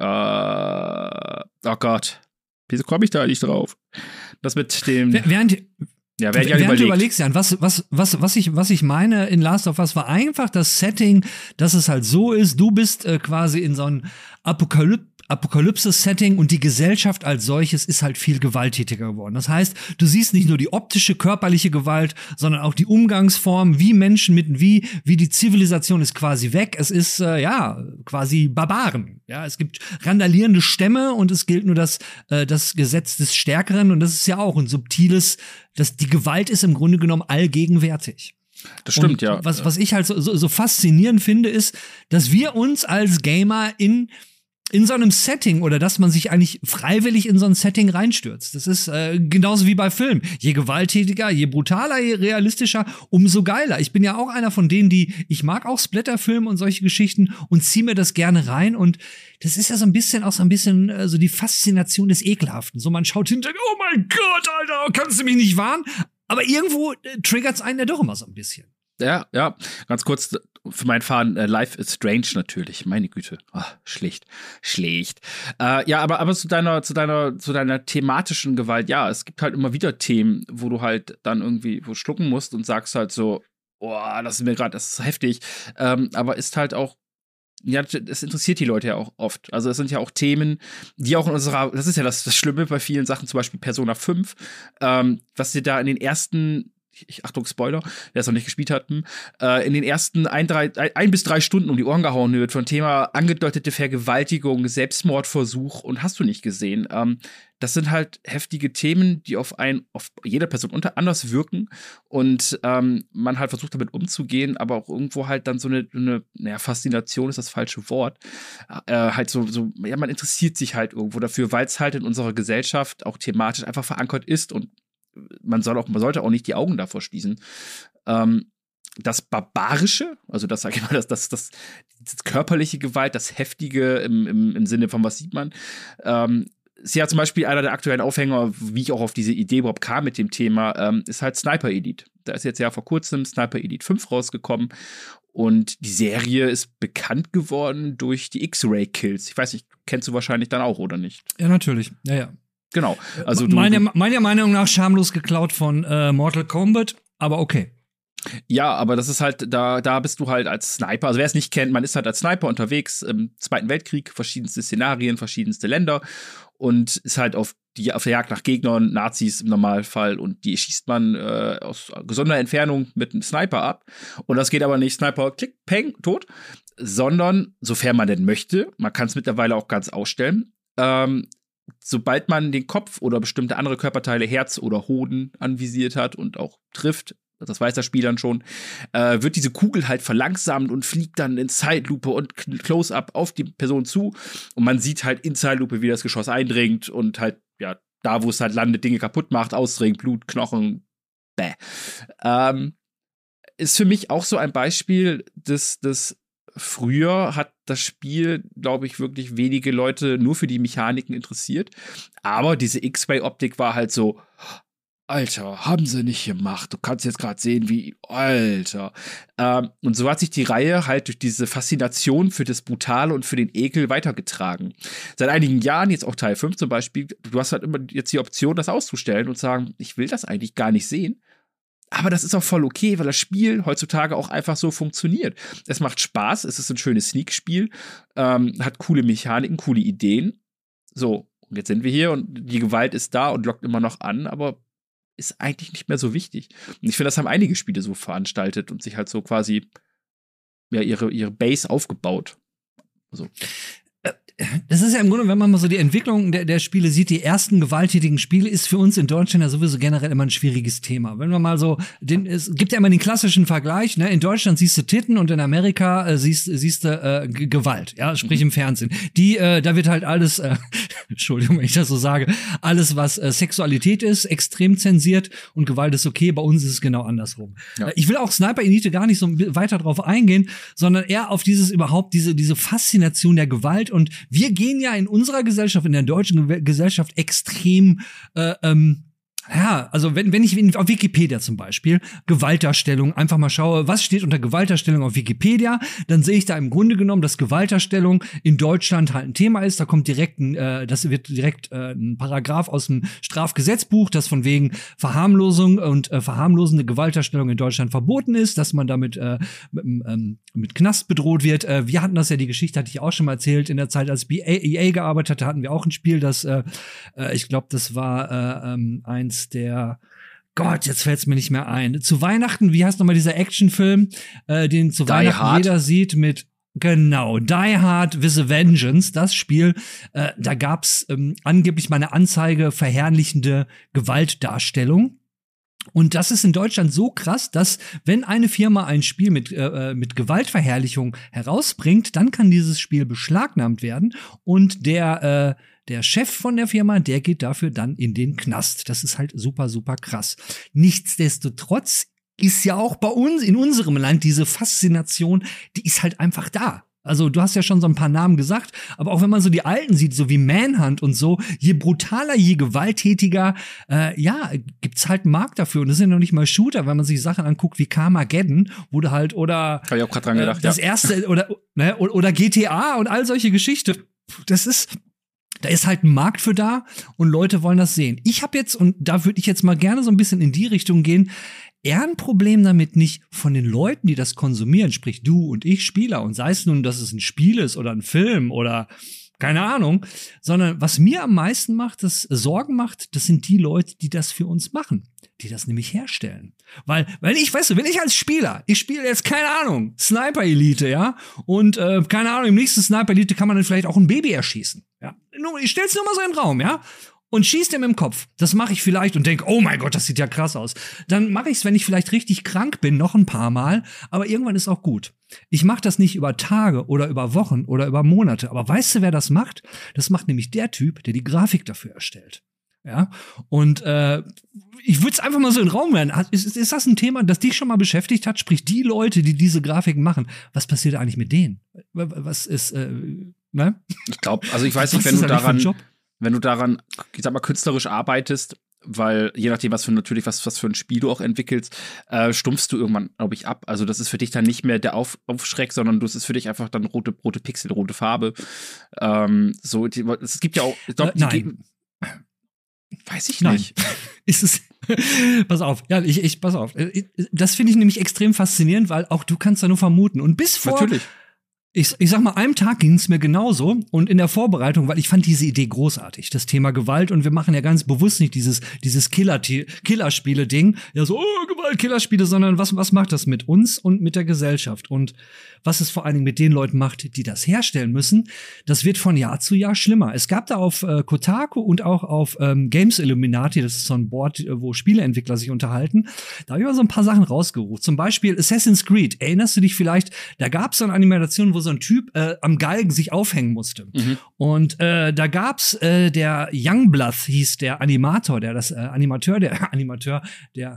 Oh Gott. Wieso komme ich da nicht drauf? Das mit dem. Während du überlegst, Jan, was ich meine in Last of Us war einfach das Setting, dass es halt so ist, du bist quasi in so einem Apokalypse-Setting und die Gesellschaft als solches ist halt viel gewalttätiger geworden. Das heißt, du siehst nicht nur die optische, körperliche Gewalt, sondern auch die Umgangsform, wie Menschen wie die Zivilisation ist quasi weg. Es ist, quasi Barbaren. Ja, es gibt randalierende Stämme und es gilt nur das Gesetz des Stärkeren und das ist ja auch ein subtiles, die Gewalt ist im Grunde genommen allgegenwärtig. Das stimmt, und ja. Was ich halt so faszinierend finde, ist, dass wir uns als Gamer in so einem Setting oder dass man sich eigentlich freiwillig in so ein Setting reinstürzt. Das ist genauso wie bei Filmen. Je gewalttätiger, je brutaler, je realistischer, umso geiler. Ich bin ja auch einer von denen, ich mag auch Splatterfilme und solche Geschichten und ziehe mir das gerne rein. Und das ist ja so ein bisschen so die Faszination des Ekelhaften. So man schaut hinter, oh mein Gott, Alter, kannst du mich nicht warnen? Aber irgendwo triggert's einen ja doch immer so ein bisschen. Ja, ganz kurz für meinen Fan, Life is Strange natürlich, meine Güte. Schlecht. Aber zu deiner thematischen Gewalt, ja, es gibt halt immer wieder Themen, wo du halt dann irgendwie schlucken musst und sagst halt so, das ist heftig. Aber ist halt auch, ja, es interessiert die Leute ja auch oft. Also es sind ja auch Themen, die auch das ist ja das Schlimme bei vielen Sachen, zum Beispiel Persona 5, was sie da in den ersten Achtung, Spoiler, wer es noch nicht gespielt hat, in den ersten 1 bis 3 Stunden um die Ohren gehauen wird von Thema angedeutete Vergewaltigung, Selbstmordversuch und hast du nicht gesehen. Das sind halt heftige Themen, die auf jede Person anders wirken und man halt versucht damit umzugehen, aber auch irgendwo halt dann so eine Faszination ist das falsche Wort, halt man interessiert sich halt irgendwo dafür, weil es halt in unserer Gesellschaft auch thematisch einfach verankert ist und man sollte auch nicht die Augen davor schließen. Das Barbarische, also das sage ich mal, das körperliche Gewalt, das Heftige im Sinne von was sieht man, ist ja zum Beispiel einer der aktuellen Aufhänger, wie ich auch auf diese Idee überhaupt kam mit dem Thema, ist halt Sniper Elite. Da ist jetzt ja vor kurzem Sniper Elite 5 rausgekommen und die Serie ist bekannt geworden durch die X-Ray-Kills. Ich weiß nicht, kennst du wahrscheinlich dann auch, oder nicht? Ja, natürlich. Ja. Genau. Also meiner Meinung nach schamlos geklaut von Mortal Kombat, aber okay. Ja, aber das ist halt, da bist du halt als Sniper, also wer es nicht kennt, man ist halt als Sniper unterwegs im Zweiten Weltkrieg, verschiedenste Szenarien, verschiedenste Länder und ist halt auf der Jagd nach Gegnern, Nazis im Normalfall und die schießt man aus gesunder Entfernung mit einem Sniper ab und das geht aber nicht Sniper, klick, peng, tot, sondern, sofern man denn möchte, man kann es mittlerweile auch ganz ausstellen, sobald man den Kopf oder bestimmte andere Körperteile, Herz oder Hoden anvisiert hat und auch trifft, das weiß das Spiel dann schon, wird diese Kugel halt verlangsamt und fliegt dann in Zeitlupe und Close-Up auf die Person zu und man sieht halt in Zeitlupe, wie das Geschoss eindringt und halt, ja, da wo es halt landet, Dinge kaputt macht, ausdringt, Blut, Knochen, bäh. Ist für mich auch so ein Beispiel des früher hat das Spiel, glaube ich, wirklich wenige Leute nur für die Mechaniken interessiert. Aber diese X-Ray-Optik war halt so, Alter, haben sie nicht gemacht. Du kannst jetzt gerade sehen, wie, Alter. Und so hat sich die Reihe halt durch diese Faszination für das Brutale und für den Ekel weitergetragen. Seit einigen Jahren, jetzt auch Teil 5 zum Beispiel, du hast halt immer jetzt die Option, das auszustellen und sagen, ich will das eigentlich gar nicht sehen. Aber das ist auch voll okay, weil das Spiel heutzutage auch einfach so funktioniert. Es macht Spaß, es ist ein schönes Sneak-Spiel, hat coole Mechaniken, coole Ideen. So, und jetzt sind wir hier und die Gewalt ist da und lockt immer noch an, aber ist eigentlich nicht mehr so wichtig. Und ich finde, das haben einige Spiele so veranstaltet und sich halt so quasi ja, ihre Base aufgebaut. So. Das ist ja im Grunde, wenn man mal so die Entwicklung der Spiele sieht, die ersten gewalttätigen Spiele ist für uns in Deutschland ja sowieso generell immer ein schwieriges Thema. Wenn wir mal so, es gibt ja immer den klassischen Vergleich, ne? In Deutschland siehst du Titten und in Amerika siehst du Gewalt, ja, sprich im Fernsehen. Da wird halt alles, Entschuldigung, wenn ich das so sage, alles, was Sexualität ist, extrem zensiert und Gewalt ist okay. Bei uns ist es genau andersrum. Ja. Ich will auch Sniper Elite gar nicht so weiter drauf eingehen, sondern eher auf diese Faszination der Gewalt. Und wir gehen ja in unserer Gesellschaft, in der deutschen Gesellschaft extrem also wenn ich auf Wikipedia zum Beispiel Gewaltdarstellung einfach mal schaue, was steht unter Gewaltdarstellung auf Wikipedia, dann sehe ich da im Grunde genommen, dass Gewaltdarstellung in Deutschland halt ein Thema ist. Da kommt direkt ein Paragraph aus dem Strafgesetzbuch, das von wegen Verharmlosung und verharmlosende Gewaltdarstellung in Deutschland verboten ist, dass man damit mit Knast bedroht wird. Wir hatten das ja, die Geschichte hatte ich auch schon mal erzählt, in der Zeit, als ich bei EA gearbeitet hatte, hatten wir auch ein Spiel, das ich glaube, das war eins der, Gott, jetzt fällt's mir nicht mehr ein. Zu Weihnachten, wie heißt nochmal dieser Actionfilm, den zu Weihnachten jeder sieht mit, genau, Die Hard with a Vengeance, das Spiel, da gab's angeblich mal eine Anzeige verherrlichende Gewaltdarstellung. Und das ist in Deutschland so krass, dass wenn eine Firma ein Spiel mit Gewaltverherrlichung herausbringt, dann kann dieses Spiel beschlagnahmt werden und der Chef von der Firma, der geht dafür dann in den Knast. Das ist halt super, super krass. Nichtsdestotrotz ist ja auch bei uns, in unserem Land, diese Faszination, die ist halt einfach da. Also du hast ja schon so ein paar Namen gesagt, aber auch wenn man so die alten sieht, so wie Manhunt und so, je brutaler, je gewalttätiger, gibt's halt einen Markt dafür. Und das sind noch nicht mal Shooter, wenn man sich Sachen anguckt wie Carmageddon, wo du halt, oder hab ich auch grad dran gedacht, das erste, oder GTA und all solche Geschichten. Da ist halt ein Markt für da und Leute wollen das sehen. Ich habe jetzt, und da würde ich jetzt mal gerne so ein bisschen in die Richtung gehen, eher ein Problem damit nicht von den Leuten, die das konsumieren, sprich du und ich Spieler, und sei es nun, dass es ein Spiel ist oder ein Film oder keine Ahnung, sondern was mir am meisten Sorgen macht, das sind die Leute, die das für uns machen, die das nämlich herstellen. Weil wenn ich als Spieler, ich spiele jetzt, keine Ahnung, Sniper Elite, ja, und keine Ahnung, im nächsten Sniper Elite kann man dann vielleicht auch ein Baby erschießen, ja. Ich stell's nur mal so in den Raum, ja. Und schießt ihm im Kopf. Das mache ich vielleicht und denke, oh mein Gott, das sieht ja krass aus. Dann mache ich's, wenn ich vielleicht richtig krank bin, noch ein paar Mal. Aber irgendwann ist auch gut. Ich mache das nicht über Tage oder über Wochen oder über Monate. Aber weißt du, wer das macht? Das macht nämlich der Typ, der die Grafik dafür erstellt. Ja, und ich würde es einfach mal so in den Raum werden. Ist das ein Thema, das dich schon mal beschäftigt hat? Sprich, die Leute, die diese Grafiken machen, was passiert eigentlich mit denen? Was ist, ne? Ich glaube, also ich weiß nicht, wenn du daran, ich sag mal, künstlerisch arbeitest, weil je nachdem, was für ein Spiel du auch entwickelst, stumpfst du irgendwann, glaube ich, ab. Also das ist für dich dann nicht mehr der Aufschreck, sondern das ist für dich einfach dann rote Pixel, rote Farbe. Es gibt ja auch, ich glaub, weiß ich nicht. Ist es pass auf, ja, pass auf. Das finde ich nämlich extrem faszinierend, weil auch du kannst da nur vermuten. Und bis vor Natürlich. Ich sag mal, einem Tag ging es mir genauso und in der Vorbereitung, weil ich fand diese Idee großartig, das Thema Gewalt, und wir machen ja ganz bewusst nicht dieses Killerspiele-Ding, ja so, Gewalt, Killerspiele, sondern was macht das mit uns und mit der Gesellschaft und was es vor allen Dingen mit den Leuten macht, die das herstellen müssen, das wird von Jahr zu Jahr schlimmer. Es gab da auf Kotaku und auch auf Games Illuminati, das ist so ein Board, wo Spieleentwickler sich unterhalten, da habe ich mal so ein paar Sachen rausgerufen. Zum Beispiel Assassin's Creed, erinnerst du dich vielleicht, da gab es so eine Animation, wo so ein Typ am Galgen sich aufhängen musste. Mhm. Und da gab's der Youngblood hieß der Animator, der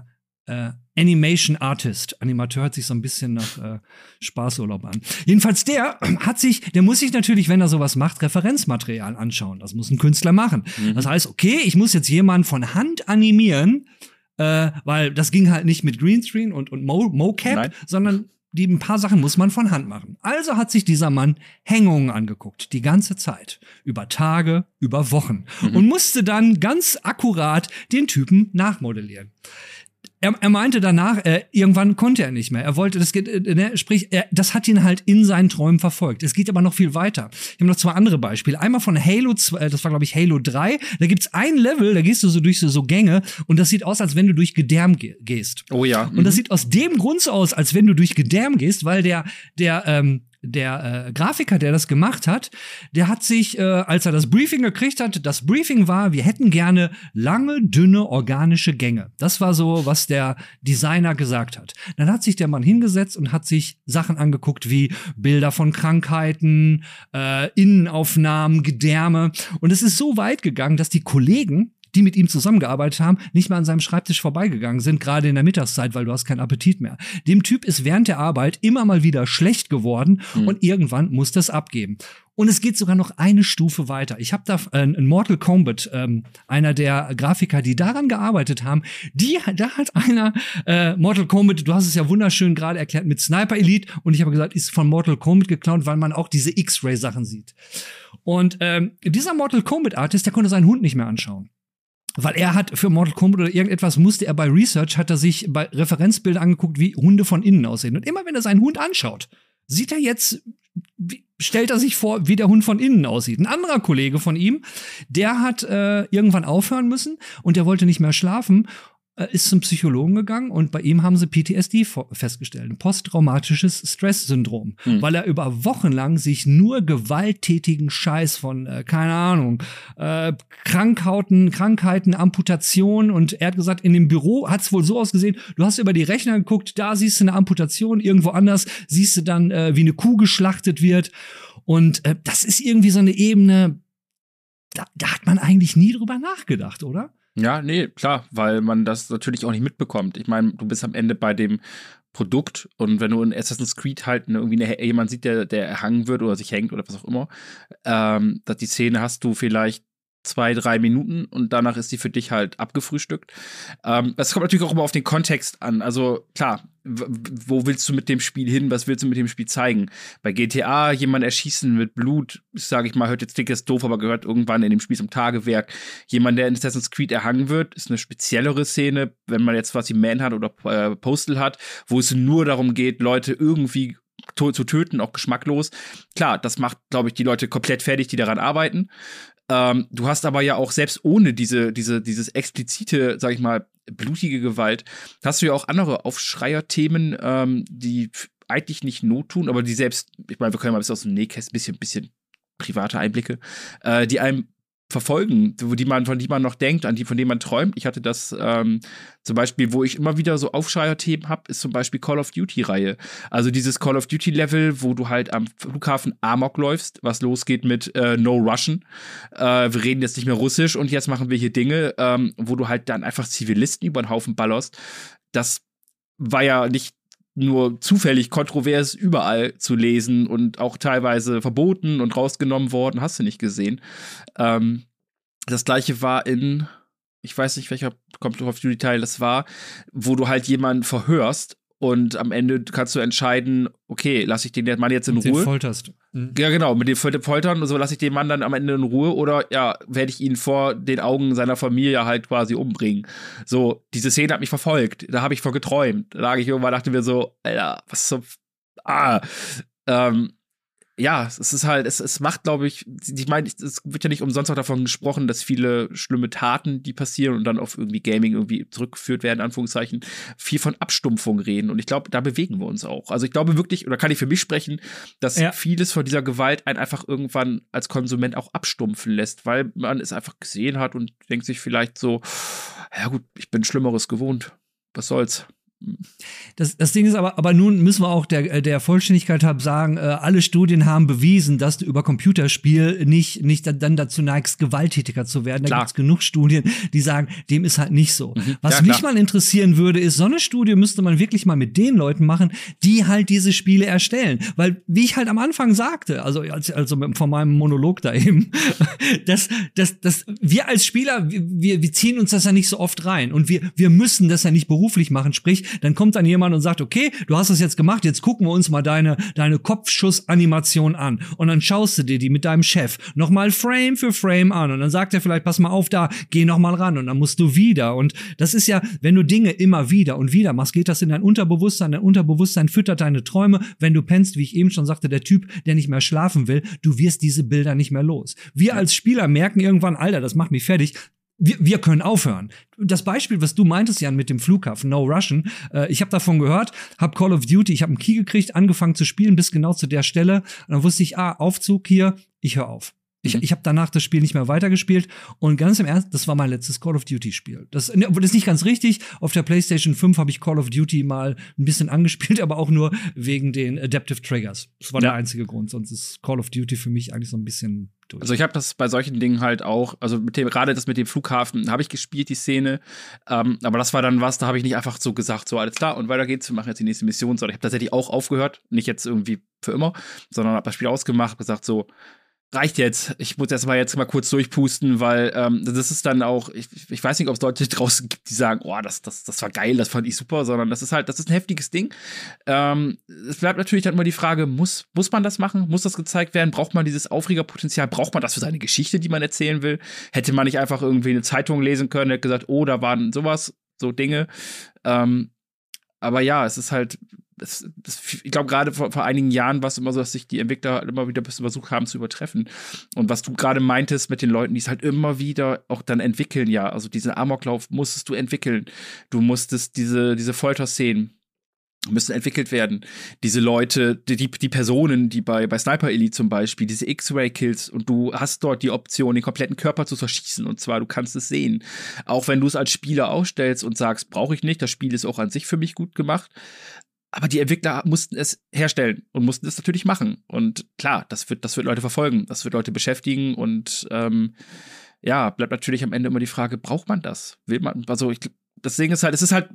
Animation Artist. Animateur hört sich so ein bisschen nach Spaßurlaub an. Jedenfalls der muss sich natürlich, wenn er sowas macht, Referenzmaterial anschauen. Das muss ein Künstler machen. Das heißt, okay, ich muss jetzt jemanden von Hand animieren, weil das ging halt nicht mit Greenscreen und Mocap, sondern ein paar Sachen muss man von Hand machen. Also hat sich dieser Mann Hängungen angeguckt, die ganze Zeit. Über Tage, über Wochen. Und musste dann ganz akkurat den Typen nachmodellieren. Er meinte danach, irgendwann konnte er nicht mehr. Er wollte, das hat ihn halt in seinen Träumen verfolgt. Es geht aber noch viel weiter. Ich habe noch 2 andere Beispiele. Einmal von Halo 2, das war glaube ich Halo 3. Da gibt's ein Level, da gehst du so durch so Gänge und das sieht aus, als wenn du durch Gedärm gehst. Oh ja. Und das sieht aus dem Grund so aus, als wenn du durch Gedärm gehst, weil der Grafiker, der das gemacht hat, der hat sich, als er das Briefing gekriegt hat, das Briefing war, wir hätten gerne lange, dünne, organische Gänge. Das war so, was der Designer gesagt hat. Dann hat sich der Mann hingesetzt und hat sich Sachen angeguckt wie Bilder von Krankheiten, Innenaufnahmen, Gedärme. Und es ist so weit gegangen, dass die Kollegen, die mit ihm zusammengearbeitet haben, nicht mehr an seinem Schreibtisch vorbeigegangen sind, gerade in der Mittagszeit, weil du hast keinen Appetit mehr. Dem Typ ist während der Arbeit immer mal wieder schlecht geworden und irgendwann muss das abgeben. Und es geht sogar noch eine Stufe weiter. Ich habe da in Mortal Kombat, einer der Grafiker, die daran gearbeitet haben, da hat einer Mortal Kombat, du hast es ja wunderschön gerade erklärt, mit Sniper Elite und ich habe gesagt, ist von Mortal Kombat geklaut, weil man auch diese X-Ray-Sachen sieht. Und dieser Mortal Kombat Artist, der konnte seinen Hund nicht mehr anschauen. Weil er hat für Mortal Kombat oder irgendetwas musste er bei Research, hat er sich bei Referenzbildern angeguckt, wie Hunde von innen aussehen. Und immer wenn er seinen Hund anschaut, stellt er sich vor, wie der Hund von innen aussieht. Ein anderer Kollege von ihm, der hat irgendwann aufhören müssen und der wollte nicht mehr schlafen, ist zum Psychologen gegangen und bei ihm haben sie PTSD festgestellt, ein posttraumatisches Stresssyndrom, weil er über Wochen lang sich nur gewalttätigen Scheiß von, keine Ahnung, Krankheiten, Amputationen und er hat gesagt, in dem Büro hat's wohl so ausgesehen, du hast über die Rechner geguckt, da siehst du eine Amputation, irgendwo anders siehst du dann, wie eine Kuh geschlachtet wird und das ist irgendwie so eine Ebene, da hat man eigentlich nie drüber nachgedacht, oder? Ja, nee, klar, weil man das natürlich auch nicht mitbekommt. Ich meine, du bist am Ende bei dem Produkt und wenn du in Assassin's Creed halt jemand sieht, der erhangen wird oder sich hängt oder was auch immer, dass die Szene hast du vielleicht 2-3 Minuten und danach ist die für dich halt abgefrühstückt. Das kommt natürlich auch immer auf den Kontext an. Also klar, wo willst du mit dem Spiel hin? Was willst du mit dem Spiel zeigen? Bei GTA jemanden erschießen mit Blut, sage ich mal, klingt jetzt doof, aber gehört irgendwann in dem Spiel zum Tagewerk. Jemand, der in Assassin's Creed erhangen wird, ist eine speziellere Szene, wenn man jetzt was wie Manhunt oder Postal hat, wo es nur darum geht, Leute irgendwie zu töten, auch geschmacklos. Klar, das macht, glaube ich, die Leute komplett fertig, die daran arbeiten. Du hast aber ja auch selbst ohne dieses explizite, sag ich mal, blutige Gewalt, hast du ja auch andere Aufschreier-Themen, die eigentlich nicht Not tun, aber die selbst, ich meine, wir können mal ein bisschen aus dem Nähkästchen, bisschen private Einblicke, die einem verfolgen, von die man noch denkt, von denen man träumt. Ich hatte das zum Beispiel, wo ich immer wieder so Aufschreier-Themen habe, ist zum Beispiel Call of Duty-Reihe. Also dieses Call of Duty-Level, wo du halt am Flughafen Amok läufst, was losgeht mit No Russian. Wir reden jetzt nicht mehr Russisch und jetzt machen wir hier Dinge, wo du halt dann einfach Zivilisten über den Haufen ballerst. Das war ja nicht nur zufällig kontrovers überall zu lesen und auch teilweise verboten und rausgenommen worden, hast du nicht gesehen. Das gleiche war ich weiß nicht, welcher Call of Duty Teil das war, wo du halt jemanden verhörst und am Ende kannst du entscheiden, okay, lasse ich den Mann jetzt in Ruhe. Den folterst. Ja, genau, mit dem Foltern und so lasse ich den Mann dann am Ende in Ruhe oder ja, werde ich ihn vor den Augen seiner Familie halt quasi umbringen. So, diese Szene hat mich verfolgt, da habe ich von geträumt. Da lag ich irgendwann, dachte mir so, Alter, was so, ja, es ist halt, es macht, glaube ich meine, es wird ja nicht umsonst auch davon gesprochen, dass viele schlimme Taten, die passieren und dann auf irgendwie Gaming irgendwie zurückgeführt werden, in Anführungszeichen, viel von Abstumpfung reden. Und ich glaube, da bewegen wir uns auch. Also ich glaube wirklich, oder kann ich für mich sprechen, dass vieles von dieser Gewalt einen einfach irgendwann als Konsument auch abstumpfen lässt, weil man es einfach gesehen hat und denkt sich vielleicht so, ja gut, ich bin Schlimmeres gewohnt. Was soll's? Das Ding ist aber nun müssen wir auch der Vollständigkeit halber sagen, alle Studien haben bewiesen, dass du über Computerspiel nicht dann dazu neigst, gewalttätiger zu werden. Da gibt's genug Studien, die sagen, dem ist halt nicht so. Was mich mal interessieren würde, ist, so eine Studie müsste man wirklich mal mit den Leuten machen, die halt diese Spiele erstellen. Weil, wie ich halt am Anfang sagte, also von meinem Monolog da eben, dass wir als Spieler, wir ziehen uns das ja nicht so oft rein. Und wir müssen das ja nicht beruflich machen, sprich, dann kommt dann jemand und sagt, okay, du hast das jetzt gemacht, jetzt gucken wir uns mal deine Kopfschussanimation an. Und dann schaust du dir die mit deinem Chef nochmal Frame für Frame an. Und dann sagt er vielleicht, pass mal auf da, geh nochmal ran. Und dann musst du wieder. Und das ist ja, wenn du Dinge immer wieder und wieder machst, geht das in dein Unterbewusstsein. Dein Unterbewusstsein füttert deine Träume. Wenn du pennst, wie ich eben schon sagte, der Typ, der nicht mehr schlafen will, du wirst diese Bilder nicht mehr los. Wir als Spieler merken irgendwann, Alter, das macht mich fertig. Wir können aufhören. Das Beispiel, was du meintest, Jan, mit dem Flughafen, No Russian, ich habe davon gehört, hab Call of Duty, ich habe einen Key gekriegt, angefangen zu spielen, bis genau zu der Stelle. Und dann wusste ich, Aufzug hier, ich höre auf. Ich habe danach das Spiel nicht mehr weitergespielt. Und ganz im Ernst, das war mein letztes Call of Duty-Spiel. Das ist nicht ganz richtig. Auf der PlayStation 5 habe ich Call of Duty mal ein bisschen angespielt, aber auch nur wegen den Adaptive Triggers. Das war der einzige Grund. Sonst ist Call of Duty für mich eigentlich so ein bisschen durch. Also ich habe das bei solchen Dingen halt auch, also gerade das mit dem Flughafen habe ich gespielt, die Szene, aber das war dann was, da habe ich nicht einfach so gesagt, so alles klar und weiter geht's, wir machen jetzt die nächste Mission, sondern ich habe tatsächlich auch aufgehört, nicht jetzt irgendwie für immer, sondern habe das Spiel ausgemacht, gesagt so, reicht jetzt. Ich muss jetzt mal kurz durchpusten, weil das ist dann auch, ich weiß nicht, ob es Leute draußen gibt, die sagen, oh, das war geil, das fand ich super, sondern das ist ein heftiges Ding. Es bleibt natürlich dann immer die Frage, muss man das machen? Muss das gezeigt werden? Braucht man dieses Aufregerpotenzial? Braucht man das für seine Geschichte, die man erzählen will? Hätte man nicht einfach irgendwie eine Zeitung lesen können, hätte gesagt, oh, da waren so Dinge. Aber ja, es ist halt, ich glaube, gerade vor einigen Jahren war es immer so, dass sich die Entwickler halt immer wieder ein bisschen versucht haben zu übertreffen. Und was du gerade meintest mit den Leuten, die es halt immer wieder auch dann entwickeln, ja, also diesen Amoklauf musstest du entwickeln. Du musstest diese Folterszenen müssen entwickelt werden. Diese Leute, die Personen, die bei Sniper Elite zum Beispiel, diese X-Ray-Kills und du hast dort die Option, den kompletten Körper zu zerschießen und zwar, du kannst es sehen. Auch wenn du es als Spieler ausstellst und sagst, brauche ich nicht, das Spiel ist auch an sich für mich gut gemacht. Aber die Entwickler mussten es herstellen und mussten es natürlich machen. Und klar, das wird Leute verfolgen, das wird Leute beschäftigen und bleibt natürlich am Ende immer die Frage, braucht man das? Will man, also das Ding ist halt,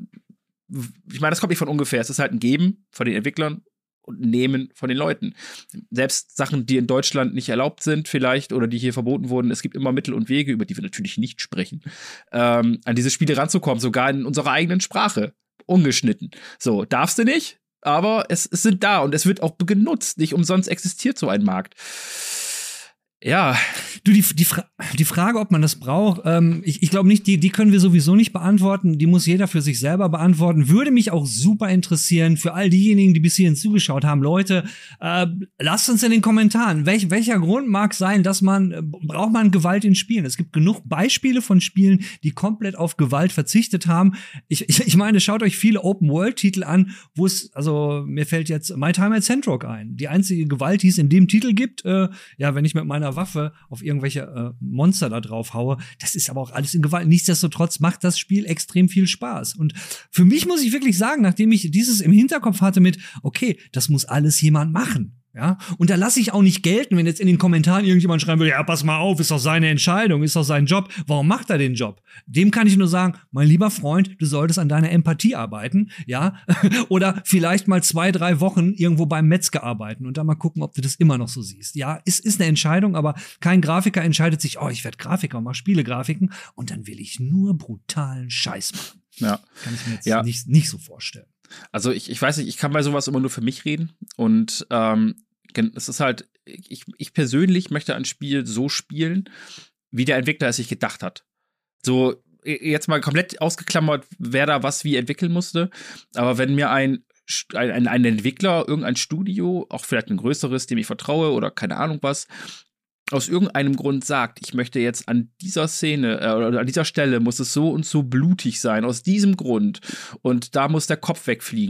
ich meine, das kommt nicht von ungefähr. Es ist halt ein Geben von den Entwicklern und ein Nehmen von den Leuten. Selbst Sachen, die in Deutschland nicht erlaubt sind vielleicht oder die hier verboten wurden, es gibt immer Mittel und Wege, über die wir natürlich nicht sprechen, an diese Spiele ranzukommen, sogar in unserer eigenen Sprache, ungeschnitten. So, darfst du nicht, aber es sind da und es wird auch genutzt. Nicht umsonst existiert so ein Markt. Ja. Du, die Frage, ob man das braucht, ich glaube nicht, die können wir sowieso nicht beantworten. Die muss jeder für sich selber beantworten. Würde mich auch super interessieren für all diejenigen, die bis hierhin zugeschaut haben. Leute, lasst uns in den Kommentaren, welcher Grund mag sein, braucht man Gewalt in Spielen? Es gibt genug Beispiele von Spielen, die komplett auf Gewalt verzichtet haben. Ich meine, schaut euch viele Open-World-Titel an, wo es, also mir fällt jetzt My Time at Sandrock ein. Die einzige Gewalt, die es in dem Titel gibt, wenn ich mit meiner Waffe auf irgendwelche Monster da drauf haue, das ist aber auch alles in Gewalt. Nichtsdestotrotz macht das Spiel extrem viel Spaß. Und für mich muss ich wirklich sagen, nachdem ich dieses im Hinterkopf hatte mit, okay, das muss alles jemand machen. Ja, und da lasse ich auch nicht gelten, wenn jetzt in den Kommentaren irgendjemand schreiben will, ja, pass mal auf, ist doch seine Entscheidung, ist doch sein Job. Warum macht er den Job? Dem kann ich nur sagen, mein lieber Freund, du solltest an deiner Empathie arbeiten, ja, oder vielleicht mal 2-3 Wochen irgendwo beim Metzger arbeiten und dann mal gucken, ob du das immer noch so siehst. Ja, ist eine Entscheidung, aber kein Grafiker entscheidet sich, ich werde Grafiker und mache Spielegrafiken und dann will ich nur brutalen Scheiß machen. Ja. Kann ich mir jetzt nicht so vorstellen. Also ich weiß nicht, ich kann bei sowas immer nur für mich reden und es ist halt, ich persönlich möchte ein Spiel so spielen, wie der Entwickler es sich gedacht hat. So, jetzt mal komplett ausgeklammert, wer da was wie entwickeln musste, aber wenn mir ein Entwickler, irgendein Studio, auch vielleicht ein größeres, dem ich vertraue oder keine Ahnung was, aus irgendeinem Grund sagt, ich möchte jetzt an dieser Szene oder an dieser Stelle muss es so und so blutig sein, aus diesem Grund und da muss der Kopf wegfliegen.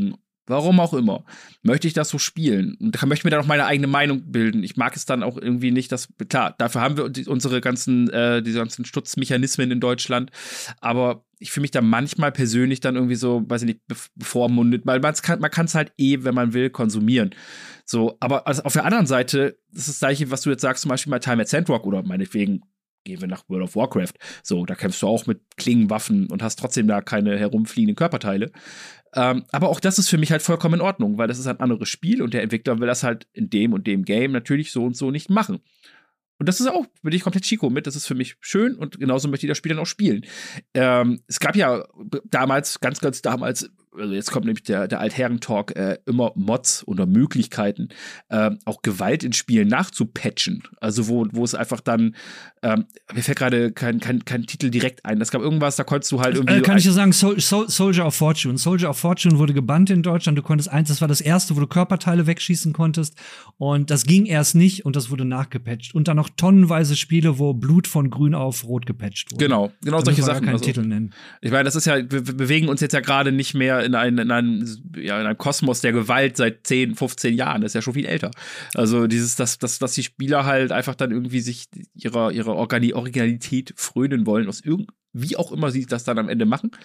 warum auch immer, möchte ich das so spielen und da möchte ich mir dann auch meine eigene Meinung bilden. Ich mag es dann auch irgendwie nicht, dass, klar, dafür haben wir diese ganzen Schutzmechanismen in Deutschland, aber ich fühle mich da manchmal persönlich dann irgendwie so, weiß ich nicht, bevormundet, weil man kann es halt wenn man will, konsumieren. So, aber also auf der anderen Seite, das ist das Gleiche, was du jetzt sagst, zum Beispiel bei Time at Sandrock oder meinetwegen gehen wir nach World of Warcraft. So, da kämpfst du auch mit Klingenwaffen und hast trotzdem da keine herumfliegenden Körperteile. Aber auch das ist für mich halt vollkommen in Ordnung, weil das ist ein anderes Spiel und der Entwickler will das halt in dem und dem Game natürlich so und so nicht machen. Und das ist auch, bin ich komplett Chico mit, das ist für mich schön und genauso möchte ich das Spiel dann auch spielen. Es gab ja damals, ganz damals, also jetzt kommt nämlich der Altherren-Talk, immer Mods oder Möglichkeiten, auch Gewalt in Spielen nachzupatchen. Also wo es einfach dann, mir fällt gerade kein Titel direkt ein. Es gab irgendwas, da konntest du halt irgendwie. Kann ich dir sagen, Soldier of Fortune. Soldier of Fortune wurde gebannt in Deutschland. Du konntest das war das erste, wo du Körperteile wegschießen konntest. Und das ging erst nicht und das wurde nachgepatcht. Und dann noch tonnenweise Spiele, wo Blut von grün auf rot gepatcht wurde. Genau solche Sachen. Keinen Titel nennen. Ich meine, das ist ja, wir bewegen uns jetzt ja gerade nicht mehr in einem Kosmos der Gewalt seit 10, 15 Jahren. Das ist ja schon viel älter. Also dass die Spieler halt einfach dann irgendwie sich ihrer Originalität frönen wollen, wie auch immer sie das dann am Ende machen.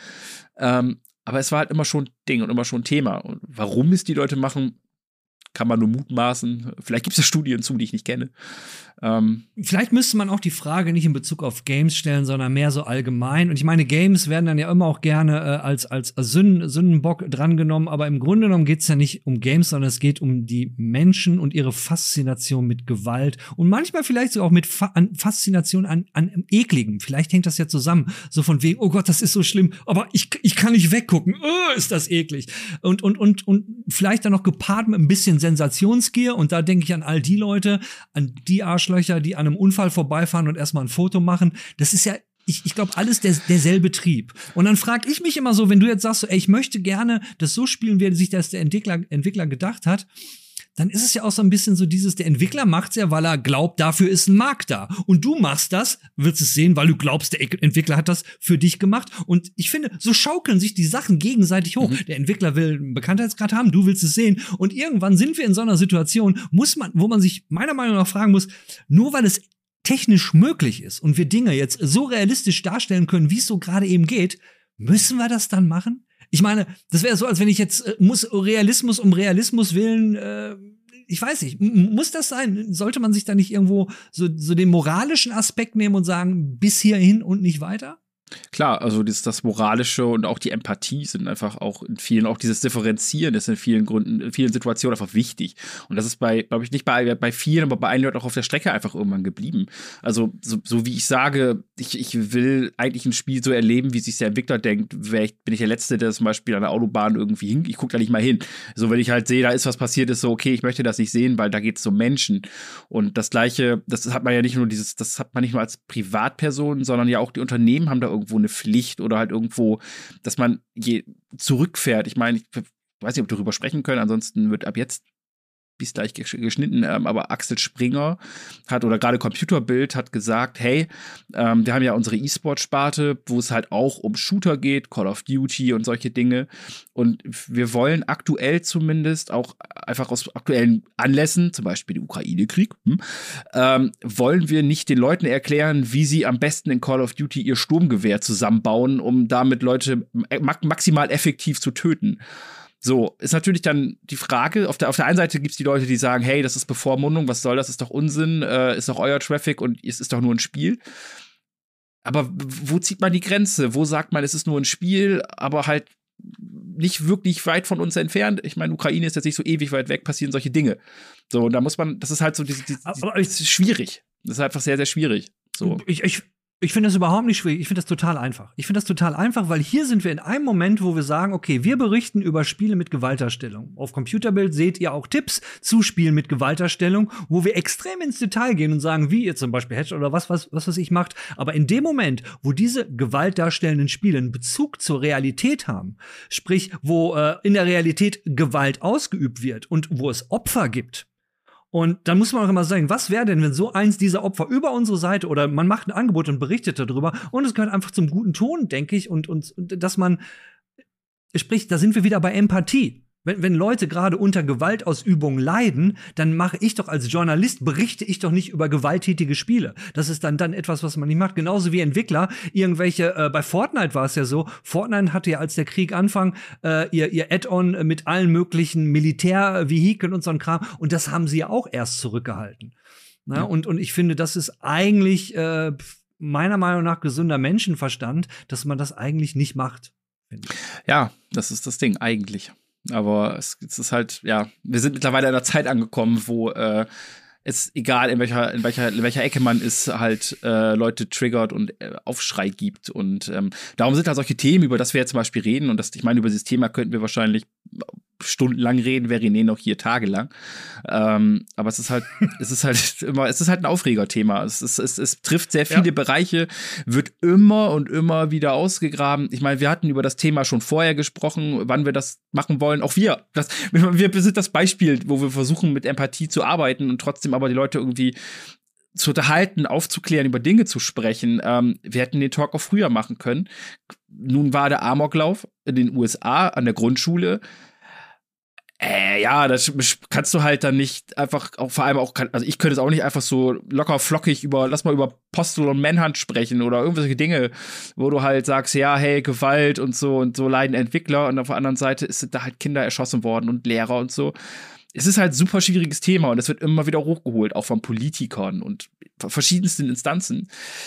Aber es war halt immer schon Ding und immer schon Thema. Und warum es die Leute machen, kann man nur mutmaßen. Vielleicht gibt es ja Studien zu, die ich nicht kenne. Vielleicht müsste man auch die Frage nicht in Bezug auf Games stellen, sondern mehr so allgemein. Und ich meine, Games werden dann ja immer auch gerne als Sündenbock drangenommen. Aber im Grunde genommen geht es ja nicht um Games, sondern es geht um die Menschen und ihre Faszination mit Gewalt. Und manchmal vielleicht sogar auch mit Faszination an Ekligen. Vielleicht hängt das ja zusammen. So von wegen, oh Gott, das ist so schlimm. Aber ich kann nicht weggucken. Ist das eklig. Und vielleicht dann noch gepaart mit ein bisschen Sensationsgier. Und da denke ich an all die Leute, an die Arschlöcher, die an einem Unfall vorbeifahren und erstmal ein Foto machen. Das ist ja, ich glaube, alles derselbe Trieb. Und dann frage ich mich immer so, wenn du jetzt sagst, so, ey, ich möchte gerne das so spielen, wie sich das der Entwickler gedacht hat, dann ist es ja auch so ein bisschen so der Entwickler macht's ja, weil er glaubt, dafür ist ein Markt da. Und du machst das, willst es sehen, weil du glaubst, der Entwickler hat das für dich gemacht. Und ich finde, so schaukeln sich die Sachen gegenseitig hoch. Der Entwickler will einen Bekanntheitsgrad haben, du willst es sehen. Und irgendwann sind wir in so einer Situation, wo man sich meiner Meinung nach fragen muss, nur weil es technisch möglich ist und wir Dinge jetzt so realistisch darstellen können, wie es so gerade eben geht, müssen wir das dann machen? Ich meine, das wäre so, als wenn ich jetzt muss Realismus um Realismus willen, ich weiß nicht, muss das sein? Sollte man sich da nicht irgendwo so den moralischen Aspekt nehmen und sagen, bis hierhin und nicht weiter? Klar, also das Moralische und auch die Empathie sind einfach auch in vielen, auch dieses Differenzieren ist in vielen Gründen, in vielen Situationen einfach wichtig. Und das ist glaube ich, nicht bei vielen, aber bei einigen Leuten auch auf der Strecke einfach irgendwann geblieben. Also, so wie ich sage, ich will eigentlich ein Spiel so erleben, wie sich der Entwickler denkt, bin ich der Letzte, der zum Beispiel an der Autobahn irgendwie ich gucke da nicht mal hin. So, wenn ich halt sehe, da ist was passiert, ist so, okay, ich möchte das nicht sehen, weil da geht es um Menschen. Und das Gleiche, das hat man ja nicht nur als Privatperson, sondern ja auch die Unternehmen haben da irgendwo eine Pflicht oder halt irgendwo, dass man zurückfährt. Ich meine, ich weiß nicht, ob wir darüber sprechen können, ansonsten wird ab jetzt bis gleich geschnitten, aber Axel Springer oder gerade Computerbild hat gesagt, hey, wir haben ja unsere E-Sport-Sparte, wo es halt auch um Shooter geht, Call of Duty und solche Dinge und wir wollen aktuell zumindest auch einfach aus aktuellen Anlässen, zum Beispiel den Ukraine-Krieg, wollen wir nicht den Leuten erklären, wie sie am besten in Call of Duty ihr Sturmgewehr zusammenbauen, um damit Leute maximal effektiv zu töten. So, ist natürlich dann die Frage, auf der einen Seite gibt's die Leute, die sagen, hey, das ist Bevormundung, was soll das, ist doch Unsinn, ist doch euer Traffic und es ist doch nur ein Spiel. Aber wo zieht man die Grenze? Wo sagt man, es ist nur ein Spiel, aber halt nicht wirklich weit von uns entfernt? Ich meine, Ukraine ist jetzt nicht so ewig weit weg, passieren solche Dinge. So, und da muss man, das ist halt so ist schwierig. Das ist einfach sehr, sehr schwierig. So. Ich finde das überhaupt nicht schwierig. Ich finde das total einfach. Weil hier sind wir in einem Moment, wo wir sagen, okay, wir berichten über Spiele mit Gewaltdarstellung. Auf Computerbild seht ihr auch Tipps zu Spielen mit Gewaltdarstellung, wo wir extrem ins Detail gehen und sagen, wie ihr zum Beispiel Headshot oder was ich macht. Aber in dem Moment, wo diese gewaltdarstellenden Spiele einen Bezug zur Realität haben, sprich, wo in der Realität Gewalt ausgeübt wird und wo es Opfer gibt, und dann muss man auch immer sagen, was wäre denn, wenn so eins dieser Opfer über unsere Seite oder man macht ein Angebot und berichtet darüber und es gehört einfach zum guten Ton, denke ich, und dass man, sprich, da sind wir wieder bei Empathie. Wenn Leute gerade unter Gewaltausübung leiden, dann mache ich doch als Journalist, berichte ich doch nicht über gewalttätige Spiele. Das ist dann etwas, was man nicht macht. Genauso wie Entwickler, bei Fortnite war es ja so, Fortnite hatte ja, als der Krieg anfing, ihr Add-on mit allen möglichen Militärvehikeln und so ein Kram. Und das haben sie ja auch erst zurückgehalten. Ja. Und ich finde, das ist eigentlich meiner Meinung nach gesunder Menschenverstand, dass man das eigentlich nicht macht. Ja, das ist das Ding, eigentlich. Aber es ist halt, ja, wir sind mittlerweile in einer Zeit angekommen, wo es, egal in welcher Ecke man ist, halt Leute triggert und Aufschrei gibt. Und darum sind halt solche Themen, über das wir jetzt zum Beispiel reden. Und ich meine, über dieses Thema könnten wir wahrscheinlich stundenlang reden, wäre René noch hier tagelang. Aber es ist halt ein Aufregerthema. Es trifft sehr viele Bereiche, wird immer und immer wieder ausgegraben. Ich meine, wir hatten über das Thema schon vorher gesprochen, wann wir das machen wollen. Auch wir sind das Beispiel, wo wir versuchen, mit Empathie zu arbeiten und trotzdem aber die Leute irgendwie zu unterhalten, aufzuklären, über Dinge zu sprechen. Wir hätten den Talk auch früher machen können. Nun war der Amoklauf in den USA an der Grundschule. Ja, das kannst du halt dann nicht einfach, auch vor allem auch, also ich könnte es auch nicht einfach so locker flockig lass mal über Postal und Manhunt sprechen oder irgendwelche Dinge, wo du halt sagst, ja, hey, Gewalt und so leiden Entwickler und auf der anderen Seite sind da halt Kinder erschossen worden und Lehrer und so. Es ist halt ein super schwieriges Thema und es wird immer wieder hochgeholt, auch von Politikern und verschiedensten Instanzen.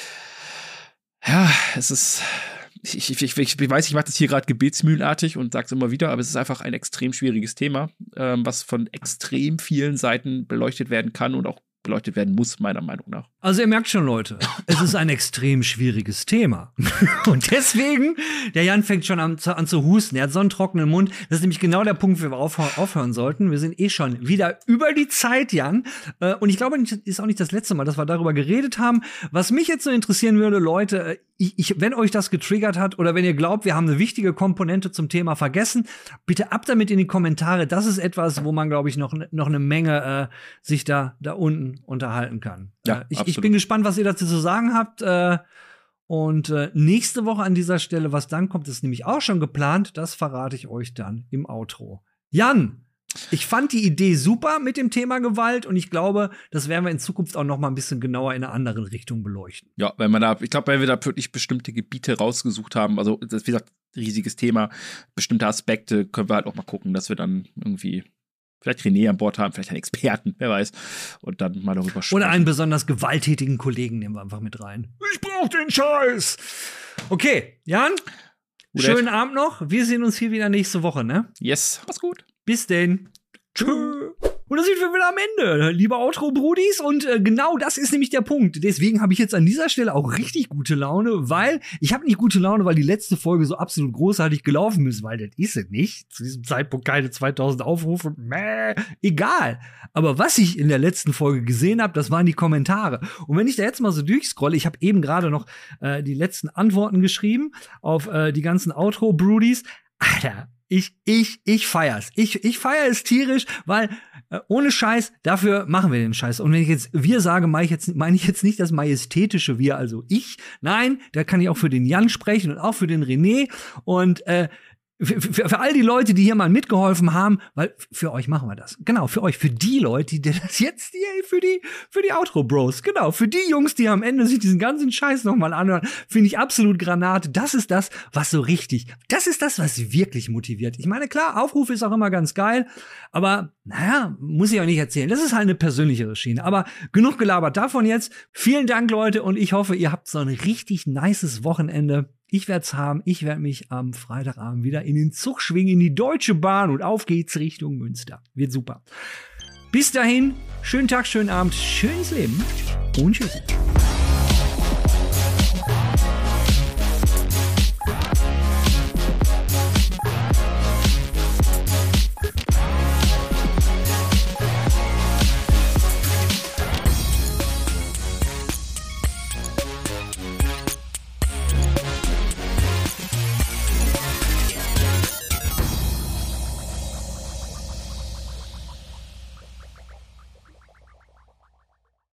Ja, es ist, ich weiß, ich mache das hier gerade gebetsmühlenartig und sag's immer wieder, aber es ist einfach ein extrem schwieriges Thema, was von extrem vielen Seiten beleuchtet werden kann und auch beleuchtet werden muss, meiner Meinung nach. Also ihr merkt schon, Leute, es ist ein extrem schwieriges Thema. Und deswegen, der Jan fängt schon an zu husten. Er hat so einen trockenen Mund. Das ist nämlich genau der Punkt, wo wir aufhören sollten. Wir sind schon wieder über die Zeit, Jan. Und ich glaube, es ist auch nicht das letzte Mal, dass wir darüber geredet haben. Was mich jetzt so interessieren würde, Leute, wenn euch das getriggert hat oder wenn ihr glaubt, wir haben eine wichtige Komponente zum Thema vergessen, bitte ab damit in die Kommentare. Das ist etwas, wo man, glaube ich, noch eine Menge sich da unten unterhalten kann. Ja, ich bin gespannt, was ihr dazu zu sagen habt. Und nächste Woche an dieser Stelle, was dann kommt, ist nämlich auch schon geplant. Das verrate ich euch dann im Outro. Jan, ich fand die Idee super mit dem Thema Gewalt und ich glaube, das werden wir in Zukunft auch noch mal ein bisschen genauer in einer anderen Richtung beleuchten. Ja, weil wir da wirklich bestimmte Gebiete rausgesucht haben, also das, wie gesagt, riesiges Thema, bestimmte Aspekte können wir halt auch mal gucken, dass wir dann irgendwie vielleicht René an Bord haben, vielleicht einen Experten, wer weiß, und dann mal darüber sprechen. Oder einen besonders gewalttätigen Kollegen nehmen wir einfach mit rein. Ich brauch den Scheiß! Okay, Jan, schönen Abend noch. Wir sehen uns hier wieder nächste Woche, ne? Yes, mach's gut. Bis denn. Tschö. Und da sind wir wieder am Ende, liebe Outro-Brudis. Und genau das ist nämlich der Punkt. Deswegen habe ich jetzt an dieser Stelle auch richtig gute Laune, weil ich habe nicht gute Laune, weil die letzte Folge so absolut großartig gelaufen ist, weil das ist es nicht. Zu diesem Zeitpunkt keine 2000 Aufrufe. Egal. Aber was ich in der letzten Folge gesehen habe, das waren die Kommentare. Und wenn ich da jetzt mal so durchscrolle, ich habe eben gerade noch die letzten Antworten geschrieben auf die ganzen Outro-Brudis. Alter, ich feier's. Ich feier es tierisch, weil ohne Scheiß, dafür machen wir den Scheiß. Und wenn ich jetzt wir sage, meine ich jetzt nicht das majestätische Wir, also ich. Nein, da kann ich auch für den Jan sprechen und auch für den René. Und für all die Leute, die hier mal mitgeholfen haben, weil für euch machen wir das. Genau, für euch, für die Leute, die das jetzt, für die Outro-Bros, genau, für die Jungs, die am Ende sich diesen ganzen Scheiß nochmal anhören, finde ich absolut Granate. Das ist das, was wirklich motiviert. Ich meine, klar, Aufruf ist auch immer ganz geil, aber naja, muss ich auch nicht erzählen. Das ist halt eine persönlichere Schiene. Aber genug gelabert davon jetzt. Vielen Dank, Leute, und ich hoffe, ihr habt so ein richtig nices Wochenende. Ich werd's haben. Ich werde mich am Freitagabend wieder in den Zug schwingen, in die Deutsche Bahn und auf geht's Richtung Münster. Wird super. Bis dahin, schönen Tag, schönen Abend, schönes Leben und tschüss.